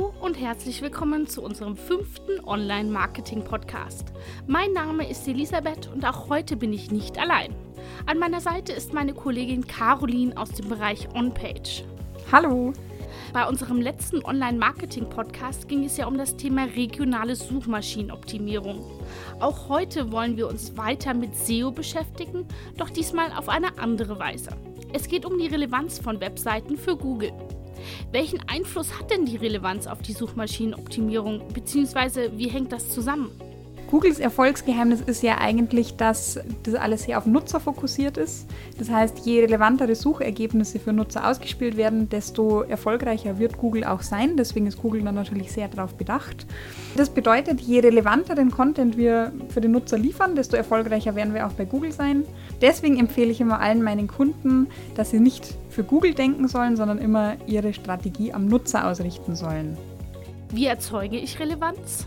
Hallo und herzlich willkommen zu unserem 5. Online-Marketing-Podcast. Mein Name ist Elisabeth und auch heute bin ich nicht allein. An meiner Seite ist meine Kollegin Caroline aus dem Bereich OnPage. Hallo! Bei unserem letzten Online-Marketing-Podcast ging es ja um das Thema regionale Suchmaschinenoptimierung. Auch heute wollen wir uns weiter mit SEO beschäftigen, doch diesmal auf eine andere Weise. Es geht um die Relevanz von Webseiten für Google. Welchen Einfluss hat denn die Relevanz auf die Suchmaschinenoptimierung, beziehungsweise wie hängt das zusammen? Googles Erfolgsgeheimnis ist ja eigentlich, dass das alles sehr auf Nutzer fokussiert ist. Das heißt, je relevantere Suchergebnisse für Nutzer ausgespielt werden, desto erfolgreicher wird Google auch sein. Deswegen ist Google dann natürlich sehr darauf bedacht. Das bedeutet, je relevanteren Content wir für den Nutzer liefern, desto erfolgreicher werden wir auch bei Google sein. Deswegen empfehle ich immer allen meinen Kunden, dass sie nicht für Google denken sollen, sondern immer ihre Strategie am Nutzer ausrichten sollen. Wie erzeuge ich Relevanz?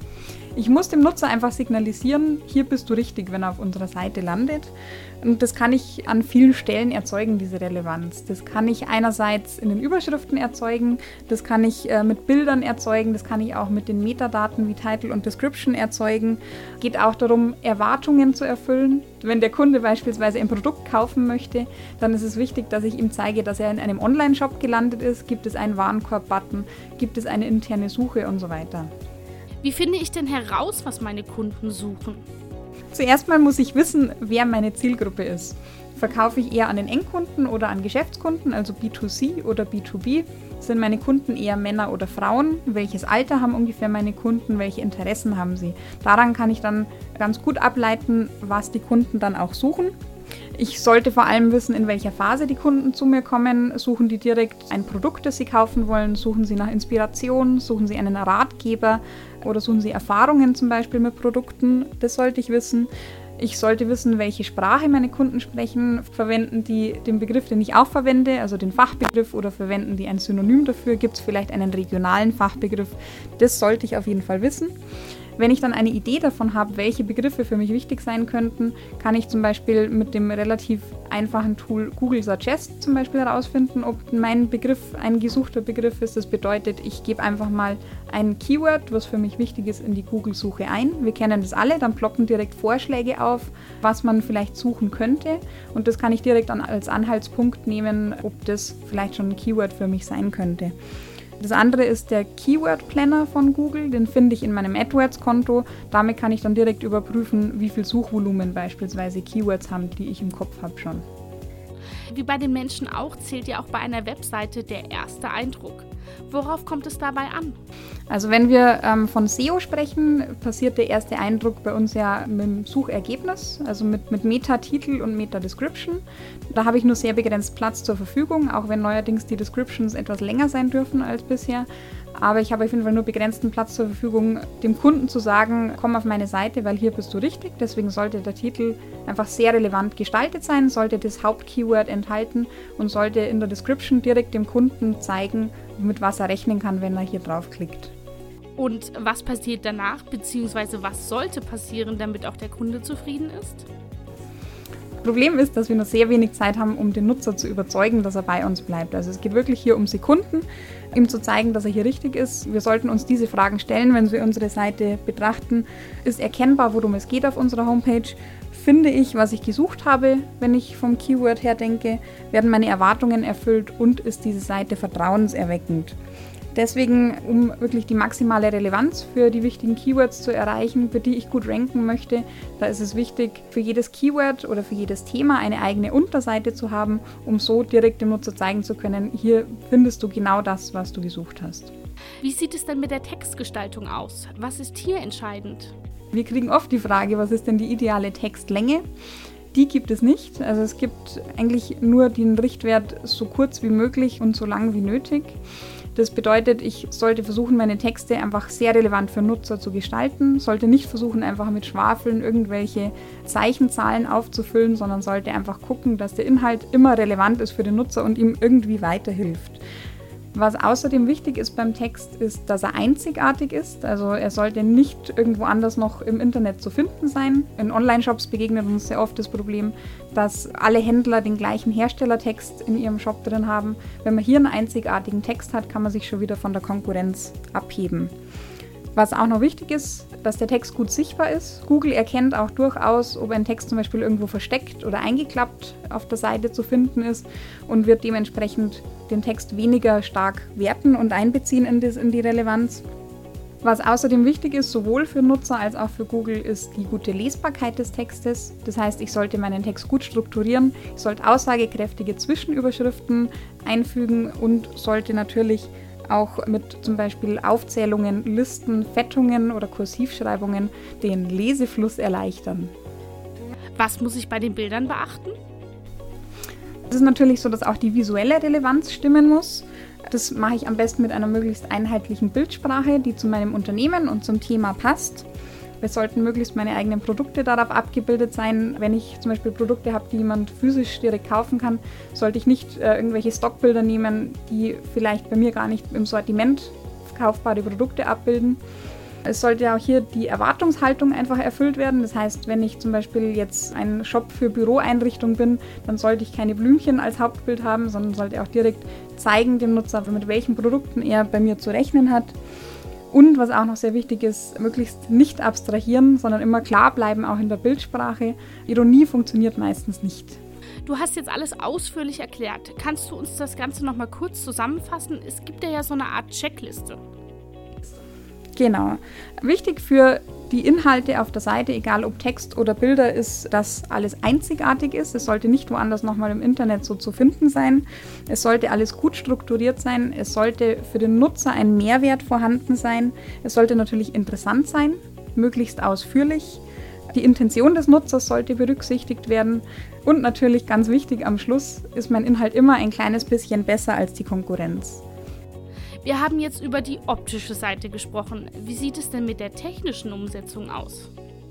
Ich muss dem Nutzer einfach signalisieren, hier bist du richtig, wenn er auf unserer Seite landet. Und das kann ich an vielen Stellen erzeugen, diese Relevanz. Das kann ich einerseits in den Überschriften erzeugen, das kann ich mit Bildern erzeugen, das kann ich auch mit den Metadaten wie Title und Description erzeugen. Geht auch darum, Erwartungen zu erfüllen. Wenn der Kunde beispielsweise ein Produkt kaufen möchte, dann ist es wichtig, dass ich ihm zeige, dass er in einem Online-Shop gelandet ist. Gibt es einen Warenkorb-Button, gibt es eine interne Suche und so weiter. Wie finde ich denn heraus, was meine Kunden suchen? Zuerst mal muss ich wissen, wer meine Zielgruppe ist. Verkaufe ich eher an den Endkunden oder an Geschäftskunden, also B2C oder B2B? Sind meine Kunden eher Männer oder Frauen? Welches Alter haben ungefähr meine Kunden? Welche Interessen haben sie? Daran kann ich dann ganz gut ableiten, was die Kunden dann auch suchen. Ich sollte vor allem wissen, in welcher Phase die Kunden zu mir kommen. Suchen die direkt ein Produkt, das sie kaufen wollen? Suchen sie nach Inspiration? Suchen sie einen Ratgeber? Oder suchen sie Erfahrungen zum Beispiel mit Produkten? Das sollte ich wissen. Ich sollte wissen, welche Sprache meine Kunden sprechen. Verwenden die den Begriff, den ich auch verwende, also den Fachbegriff, oder verwenden die ein Synonym dafür? Gibt es vielleicht einen regionalen Fachbegriff? Das sollte ich auf jeden Fall wissen. Wenn ich dann eine Idee davon habe, welche Begriffe für mich wichtig sein könnten, kann ich zum Beispiel mit dem relativ einfachen Tool Google Suggest zum Beispiel herausfinden, ob mein Begriff ein gesuchter Begriff ist. Das bedeutet, ich gebe einfach mal ein Keyword, was für mich wichtig ist, in die Google-Suche ein. Wir kennen das alle, dann ploppen direkt Vorschläge auf, was man vielleicht suchen könnte. Und das kann ich direkt als Anhaltspunkt nehmen, ob das vielleicht schon ein Keyword für mich sein könnte. Das andere ist der Keyword Planner von Google, den finde ich in meinem AdWords-Konto. Damit kann ich dann direkt überprüfen, wie viel Suchvolumen beispielsweise Keywords haben, die ich im Kopf habe schon. Wie bei den Menschen auch, zählt ja auch bei einer Webseite der erste Eindruck. Worauf kommt es dabei an? Also wenn wir von SEO sprechen, passiert der erste Eindruck bei uns ja mit dem Suchergebnis, also mit Meta-Titel und Meta-Description. Da habe ich nur sehr begrenzt Platz zur Verfügung, auch wenn neuerdings die Descriptions etwas länger sein dürfen als bisher. Aber ich habe auf jeden Fall nur begrenzten Platz zur Verfügung, dem Kunden zu sagen, komm auf meine Seite, weil hier bist du richtig. Deswegen sollte der Titel einfach sehr relevant gestaltet sein, sollte das Hauptkeyword enthalten und sollte in der Description direkt dem Kunden zeigen, mit was er rechnen kann, wenn er hier draufklickt. Und was passiert danach, beziehungsweise was sollte passieren, damit auch der Kunde zufrieden ist? Problem ist, dass wir nur sehr wenig Zeit haben, um den Nutzer zu überzeugen, dass er bei uns bleibt. Also es geht wirklich hier um Sekunden, ihm zu zeigen, dass er hier richtig ist. Wir sollten uns diese Fragen stellen, wenn wir unsere Seite betrachten. Ist erkennbar, worum es geht auf unserer Homepage? Finde ich, was ich gesucht habe, wenn ich vom Keyword her denke? Werden meine Erwartungen erfüllt und ist diese Seite vertrauenserweckend? Deswegen, um wirklich die maximale Relevanz für die wichtigen Keywords zu erreichen, für die ich gut ranken möchte, da ist es wichtig, für jedes Keyword oder für jedes Thema eine eigene Unterseite zu haben, um so direkt dem Nutzer zeigen zu können, hier findest du genau das, was du gesucht hast. Wie sieht es denn mit der Textgestaltung aus? Was ist hier entscheidend? Wir kriegen oft die Frage, was ist denn die ideale Textlänge? Die gibt es nicht. Also es gibt eigentlich nur den Richtwert so kurz wie möglich und so lang wie nötig. Das bedeutet, ich sollte versuchen, meine Texte einfach sehr relevant für Nutzer zu gestalten, sollte nicht versuchen, einfach mit Schwafeln irgendwelche Zeichenzahlen aufzufüllen, sondern sollte einfach gucken, dass der Inhalt immer relevant ist für den Nutzer und ihm irgendwie weiterhilft. Was außerdem wichtig ist beim Text, ist, dass er einzigartig ist. Also er sollte nicht irgendwo anders noch im Internet zu finden sein. In Online-Shops begegnet uns sehr oft das Problem, dass alle Händler den gleichen Herstellertext in ihrem Shop drin haben. Wenn man hier einen einzigartigen Text hat, kann man sich schon wieder von der Konkurrenz abheben. Was auch noch wichtig ist, dass der Text gut sichtbar ist. Google erkennt auch durchaus, ob ein Text zum Beispiel irgendwo versteckt oder eingeklappt auf der Seite zu finden ist und wird dementsprechend den Text weniger stark werten und einbeziehen in die Relevanz. Was außerdem wichtig ist, sowohl für Nutzer als auch für Google, ist die gute Lesbarkeit des Textes. Das heißt, ich sollte meinen Text gut strukturieren, ich sollte aussagekräftige Zwischenüberschriften einfügen und sollte natürlich auch mit zum Beispiel Aufzählungen, Listen, Fettungen oder Kursivschreibungen den Lesefluss erleichtern. Was muss ich bei den Bildern beachten? Es ist natürlich so, dass auch die visuelle Relevanz stimmen muss. Das mache ich am besten mit einer möglichst einheitlichen Bildsprache, die zu meinem Unternehmen und zum Thema passt. Es sollten möglichst meine eigenen Produkte darauf abgebildet sein. Wenn ich zum Beispiel Produkte habe, die jemand physisch direkt kaufen kann, sollte ich nicht irgendwelche Stockbilder nehmen, die vielleicht bei mir gar nicht im Sortiment kaufbare Produkte abbilden. Es sollte auch hier die Erwartungshaltung einfach erfüllt werden. Das heißt, wenn ich zum Beispiel jetzt ein Shop für Büroeinrichtung bin, dann sollte ich keine Blümchen als Hauptbild haben, sondern sollte auch direkt zeigen dem Nutzer, mit welchen Produkten er bei mir zu rechnen hat. Und was auch noch sehr wichtig ist, möglichst nicht abstrahieren, sondern immer klar bleiben, auch in der Bildsprache. Ironie funktioniert meistens nicht. Du hast jetzt alles ausführlich erklärt. Kannst du uns das Ganze noch mal kurz zusammenfassen? Es gibt ja so eine Art Checkliste. Genau. Wichtig für die Inhalte auf der Seite, egal ob Text oder Bilder, ist, dass alles einzigartig ist. Es sollte nicht woanders nochmal im Internet so zu finden sein. Es sollte alles gut strukturiert sein. Es sollte für den Nutzer ein Mehrwert vorhanden sein. Es sollte natürlich interessant sein, möglichst ausführlich. Die Intention des Nutzers sollte berücksichtigt werden. Und natürlich ganz wichtig am Schluss ist mein Inhalt immer ein kleines bisschen besser als die Konkurrenz. Wir haben jetzt über die optische Seite gesprochen. Wie sieht es denn mit der technischen Umsetzung aus?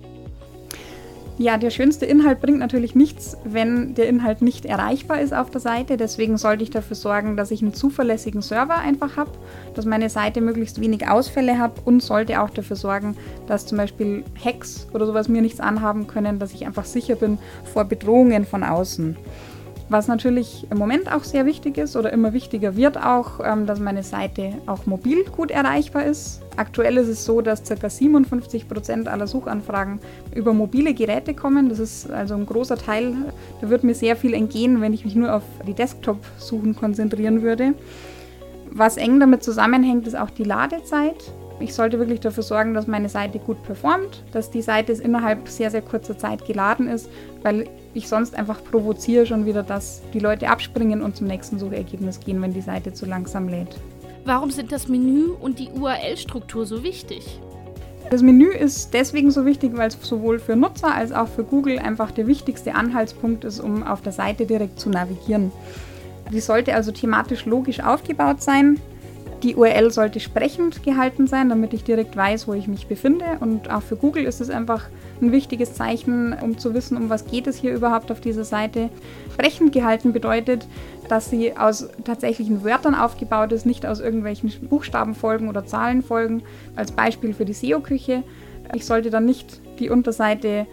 Ja, der schönste Inhalt bringt natürlich nichts, wenn der Inhalt nicht erreichbar ist auf der Seite. Deswegen sollte ich dafür sorgen, dass ich einen zuverlässigen Server einfach habe, dass meine Seite möglichst wenig Ausfälle hat und sollte auch dafür sorgen, dass zum Beispiel Hacks oder sowas mir nichts anhaben können, dass ich einfach sicher bin vor Bedrohungen von außen. Was natürlich im Moment auch sehr wichtig ist oder immer wichtiger wird auch, dass meine Seite auch mobil gut erreichbar ist. Aktuell ist es so, dass ca. 57% aller Suchanfragen über mobile Geräte kommen. Das ist also ein großer Teil. Da wird mir sehr viel entgehen, wenn ich mich nur auf die Desktop-Suchen konzentrieren würde. Was eng damit zusammenhängt, ist auch die Ladezeit. Ich sollte wirklich dafür sorgen, dass meine Seite gut performt, dass die Seite innerhalb sehr, sehr kurzer Zeit geladen ist, weil ich sonst einfach provoziere schon wieder, dass die Leute abspringen und zum nächsten Suchergebnis gehen, wenn die Seite zu langsam lädt. Warum sind das Menü und die URL-Struktur so wichtig? Das Menü ist deswegen so wichtig, weil es sowohl für Nutzer als auch für Google einfach der wichtigste Anhaltspunkt ist, um auf der Seite direkt zu navigieren. Die sollte also thematisch logisch aufgebaut sein. Die URL sollte sprechend gehalten sein, damit ich direkt weiß, wo ich mich befinde. Und auch für Google ist es einfach ein wichtiges Zeichen, um zu wissen, um was geht es hier überhaupt auf dieser Seite. Sprechend gehalten bedeutet, dass sie aus tatsächlichen Wörtern aufgebaut ist, nicht aus irgendwelchen Buchstabenfolgen oder Zahlenfolgen. Als Beispiel für die SEO-Küche. Ich sollte dann nicht die Unterseite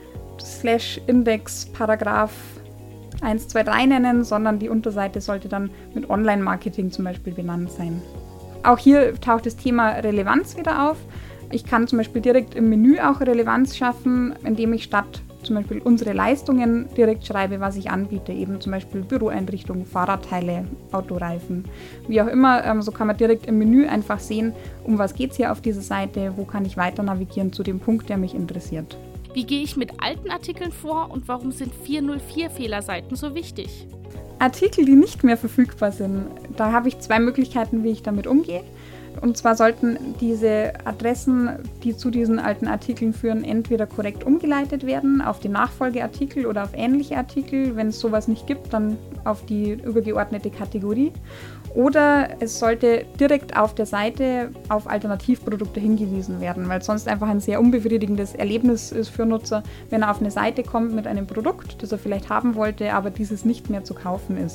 /index Paragraph 123 nennen, sondern die Unterseite sollte dann mit Online-Marketing zum Beispiel benannt sein. Auch hier taucht das Thema Relevanz wieder auf. Ich kann zum Beispiel direkt im Menü auch Relevanz schaffen, indem ich statt zum Beispiel unsere Leistungen direkt schreibe, was ich anbiete. Eben zum Beispiel Büroeinrichtungen, Fahrradteile, Autoreifen, wie auch immer. So kann man direkt im Menü einfach sehen, um was geht es hier auf dieser Seite, wo kann ich weiter navigieren zu dem Punkt, der mich interessiert. Wie gehe ich mit alten Artikeln vor und warum sind 404-Fehlerseiten so wichtig? Artikel, die nicht mehr verfügbar sind, da habe ich zwei Möglichkeiten, wie ich damit umgehe. Und zwar sollten diese Adressen, die zu diesen alten Artikeln führen, entweder korrekt umgeleitet werden auf den Nachfolgeartikel oder auf ähnliche Artikel. Wenn es sowas nicht gibt, dann auf die übergeordnete Kategorie. Oder es sollte direkt auf der Seite auf Alternativprodukte hingewiesen werden, weil es sonst einfach ein sehr unbefriedigendes Erlebnis ist für Nutzer, wenn er auf eine Seite kommt mit einem Produkt, das er vielleicht haben wollte, aber dieses nicht mehr zu kaufen ist.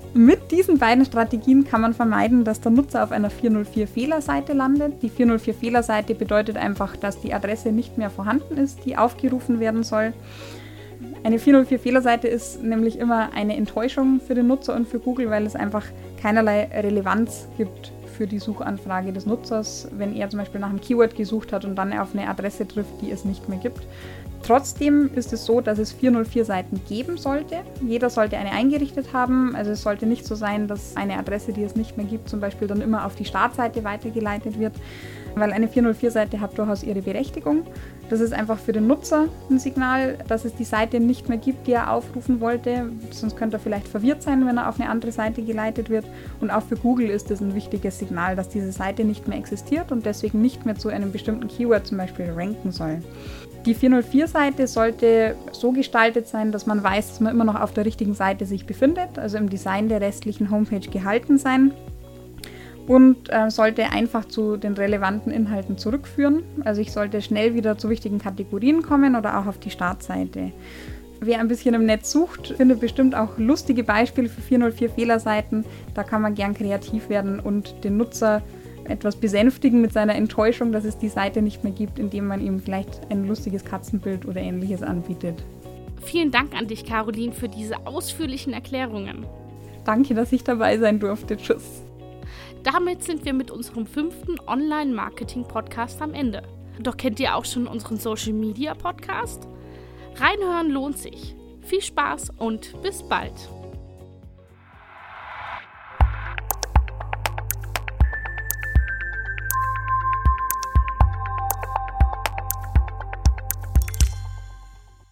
Mit diesen beiden Strategien kann man vermeiden, dass der Nutzer auf einer 404-Fehlerseite landet. Die 404-Fehlerseite bedeutet einfach, dass die Adresse nicht mehr vorhanden ist, die aufgerufen werden soll. Eine 404-Fehlerseite ist nämlich immer eine Enttäuschung für den Nutzer und für Google, weil es einfach keinerlei Relevanz gibt für die Suchanfrage des Nutzers, wenn er zum Beispiel nach einem Keyword gesucht hat und dann auf eine Adresse trifft, die es nicht mehr gibt. Trotzdem ist es so, dass es 404 Seiten geben sollte. Jeder sollte eine eingerichtet haben. Also es sollte nicht so sein, dass eine Adresse, die es nicht mehr gibt, zum Beispiel dann immer auf die Startseite weitergeleitet wird, weil eine 404-Seite hat durchaus ihre Berechtigung. Das ist einfach für den Nutzer ein Signal, dass es die Seite nicht mehr gibt, die er aufrufen wollte. Sonst könnte er vielleicht verwirrt sein, wenn er auf eine andere Seite geleitet wird. Und auch für Google ist es ein wichtiges Signal, dass diese Seite nicht mehr existiert und deswegen nicht mehr zu einem bestimmten Keyword zum Beispiel ranken soll. Die 404-Seite sollte so gestaltet sein, dass man weiß, dass man immer noch auf der richtigen Seite sich befindet, also im Design der restlichen Homepage gehalten sein. Und sollte einfach zu den relevanten Inhalten zurückführen. Also ich sollte schnell wieder zu wichtigen Kategorien kommen oder auch auf die Startseite. Wer ein bisschen im Netz sucht, findet bestimmt auch lustige Beispiele für 404-Fehlerseiten. Da kann man gern kreativ werden und den Nutzer etwas besänftigen mit seiner Enttäuschung, dass es die Seite nicht mehr gibt, indem man ihm vielleicht ein lustiges Katzenbild oder Ähnliches anbietet. Vielen Dank an dich, Caroline, für diese ausführlichen Erklärungen. Danke, dass ich dabei sein durfte. Tschüss. Damit sind wir mit unserem 5. Online-Marketing-Podcast am Ende. Doch kennt ihr auch schon unseren Social-Media-Podcast? Reinhören lohnt sich. Viel Spaß und bis bald.